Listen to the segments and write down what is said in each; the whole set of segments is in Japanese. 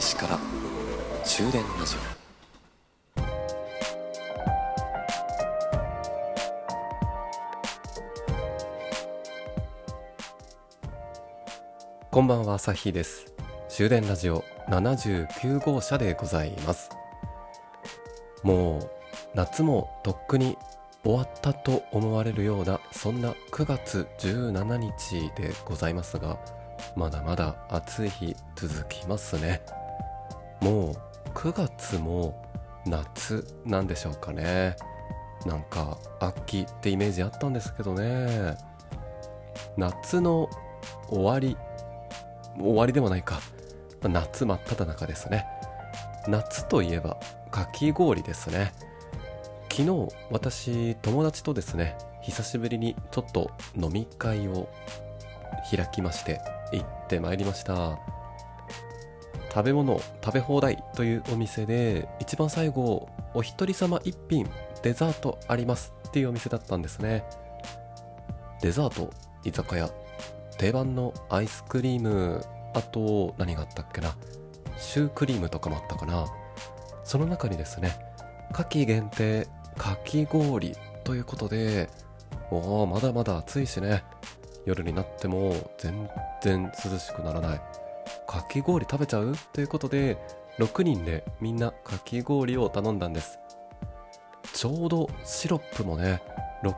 市から終電ラジオ。こんばんは、朝日です。終電ラジオ79号車でございます。もう夏もとっくに終わったと思われるような、そんな9月17日でございますが、まだまだ暑い日続きますね。もう9月も夏なんでしょうかね。なんか秋ってイメージあったんですけどね。夏の終わりでもないか、夏真っ只中ですね。夏といえばかき氷ですね。昨日私友達とですね、久しぶりにちょっと飲み会を開きまして行ってまいりました。食べ物食べ放題というお店で、一番最後お一人様一品デザートありますっていうお店だったんですね。デザート、居酒屋、定番のアイスクリーム、あと何があったっけな、シュークリームとかもあったかな。その中にですね、夏季限定かき氷ということで、まだまだ暑いしね、夜になっても全然涼しくならない、かき氷食べちゃうということで、6人でみんなかき氷を頼んだんです。ちょうどシロップもね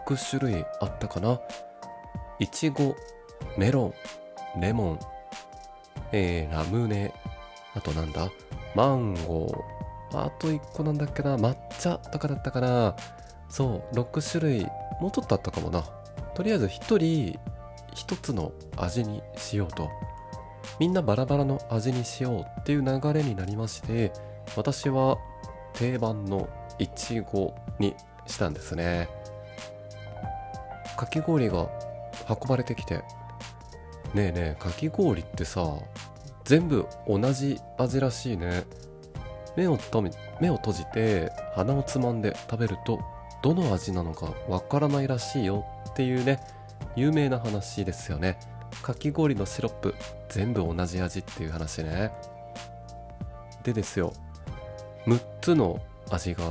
6種類あったかな。いちご、メロン、レモン、ラムネ、あとなんだ、マンゴー、あと1個なんだっけな、抹茶とかだったかな。そう6種類、もうちょっとあったかもな。とりあえず1人1つの味にしようと、みんなバラバラの味にしようっていう流れになりまして、私は定番のいちごにしたんですね。かき氷が運ばれてきて、ねえねえ、かき氷ってさ、全部同じ味らしいね。目を閉じて鼻をつまんで食べるとどの味なのかわからないらしいよっていうね、有名な話ですよね。かき氷のシロップ全部同じ味っていう話ね。でですよ、6つの味があって、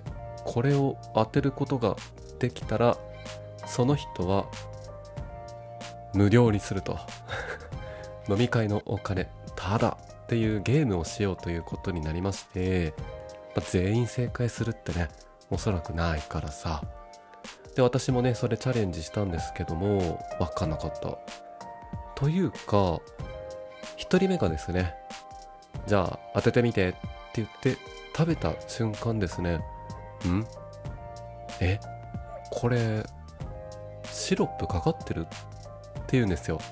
これを当てることができたらその人は無料にすると飲み会のお金ただっていうゲームをしようということになりまして、全員正解するってね、おそらくないからさ。で、私もねそれチャレンジしたんですけども、分かんなかったというか、1人目がですね、じゃあ当ててみてって言って食べた瞬間ですね、これシロップかかってるって言うんですよ。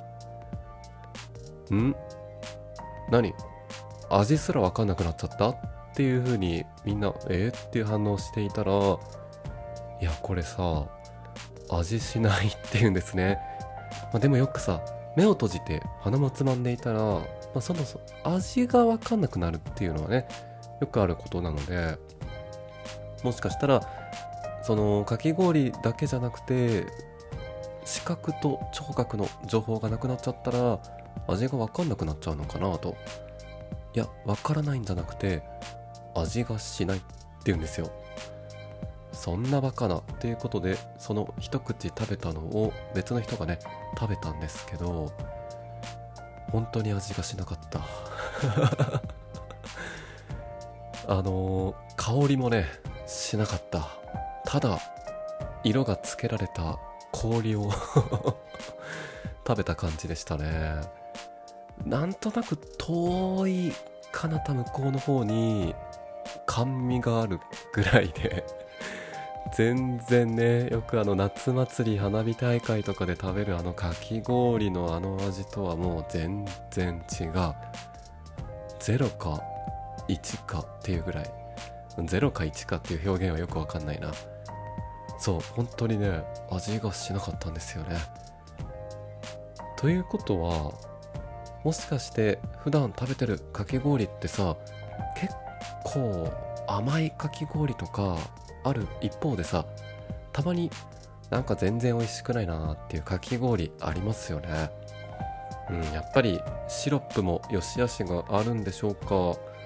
何、味すら分かんなくなっちゃったっていう風にみんなっていう反応していたら、いやこれさ味しないっていうんですね。でもよくさ、目を閉じて鼻もつまんでいたら、そもそも味が分かんなくなるっていうのはね、よくあることなので、もしかしたらそのかき氷だけじゃなくて、視覚と聴覚の情報がなくなっちゃったら味が分かんなくなっちゃうのかなと。いや、分からないんじゃなくて味がしないって言うんですよ。そんなバカなっていうことで、その一口食べたのを別の人がね食べたんですけど、本当に味がしなかった香りもねしなかった。ただ色がつけられた氷を食べた感じでしたね。なんとなく遠い彼方向こうの方に甘味があるぐらいで全然ね、よく夏祭り花火大会とかで食べるかき氷の味とはもう全然違う。0か1かっていうぐらい、0か1かっていう表現はよくわかんないな。そう、本当にね味がしなかったんですよね。ということは、もしかして普段食べてるかき氷ってさ、結構甘いかき氷とかある一方でさ、たまになんか全然美味しくないなっていうかき氷ありますよね。やっぱりシロップも良し悪しがあるんでしょうか。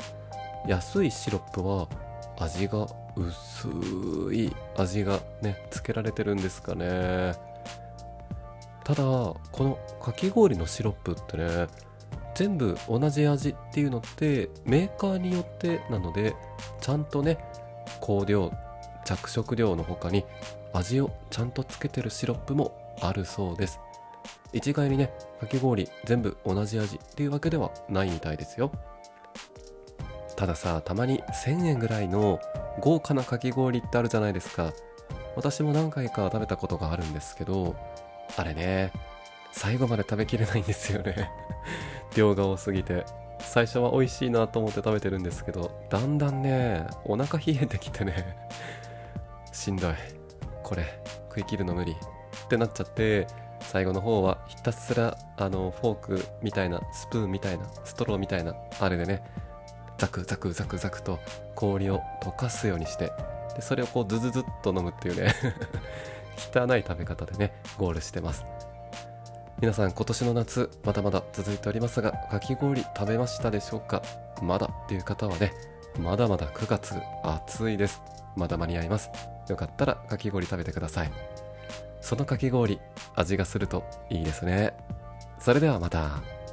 安いシロップは味が薄い味がねつけられてるんですかね。ただこのかき氷のシロップってね、全部同じ味っていうのってメーカーによってなので、ちゃんとね香料着色料の他に味をちゃんとつけてるシロップもあるそうです。一概にねかき氷全部同じ味っていうわけではないみたいですよ。たださ、たまに1000円ぐらいの豪華なかき氷ってあるじゃないですか。私も何回か食べたことがあるんですけど、あれね最後まで食べきれないんですよね量が多すぎて。最初は美味しいなと思って食べてるんですけど、だんだんねお腹冷えてきてねしんどい、これ食い切るの無理ってなっちゃって、最後の方はひたすらフォークみたいなスプーンみたいなストローみたいなあれでねザクザクザクザクと氷を溶かすようにして、でそれをこうズズズっと飲むっていうね汚い食べ方でねゴールしてます。皆さん今年の夏まだまだ続いておりますが、かき氷食べましたでしょうか。まだっていう方はね、まだまだ9月暑いです。まだ間に合います。よかったらかき氷食べてください。そのかき氷味がするといいですね。それではまた。